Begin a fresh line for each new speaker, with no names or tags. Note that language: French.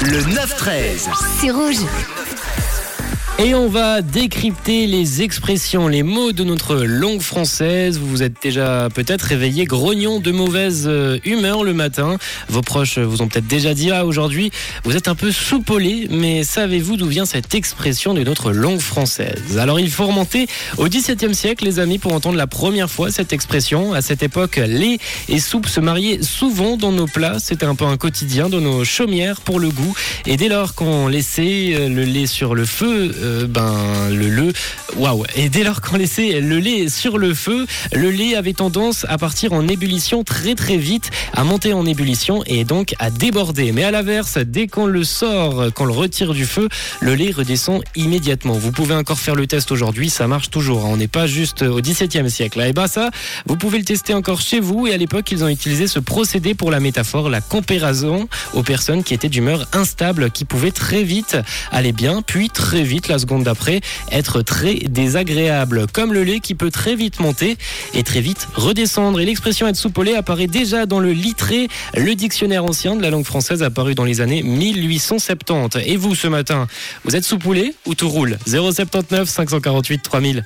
Le 9-13.
C'est rouge.
Et on va décrypter les expressions, les mots de notre langue française. Vous vous êtes déjà peut-être réveillé grognon de mauvaise humeur le matin. Vos proches vous ont peut-être déjà dit « Ah, aujourd'hui, vous êtes un peu soupolé », mais savez-vous d'où vient cette expression de notre langue française ? Alors, il faut remonter au XVIIe siècle, les amis, pour entendre la première fois cette expression. À cette époque, lait et soupe se mariaient souvent dans nos plats. C'était un peu un quotidien dans nos chaumières pour le goût. Et dès lors qu'on laissait le lait sur le feu, Et dès lors qu'on laissait le lait sur le feu, le lait avait tendance à partir en ébullition très très vite, à monter en ébullition et donc à déborder. Mais à l'inverse, dès qu'on le sort, qu'on le retire du feu, le lait redescend immédiatement. Vous pouvez encore faire le test aujourd'hui, ça marche toujours. On n'est pas juste au XVIIe siècle. Et ça, vous pouvez le tester encore chez vous. Et à l'époque, ils ont utilisé ce procédé pour la métaphore, la comparaison aux personnes qui étaient d'humeur instable, qui pouvaient très vite aller bien, puis très vite, la seconde d'après, être très désagréable, comme le lait qui peut très vite monter et très vite redescendre. Et l'expression être soupolé apparaît déjà dans le Littré, le dictionnaire ancien de la langue française apparu dans les années 1870. Et vous, ce matin, vous êtes soupolé ou tout roule ? 079 548 3000.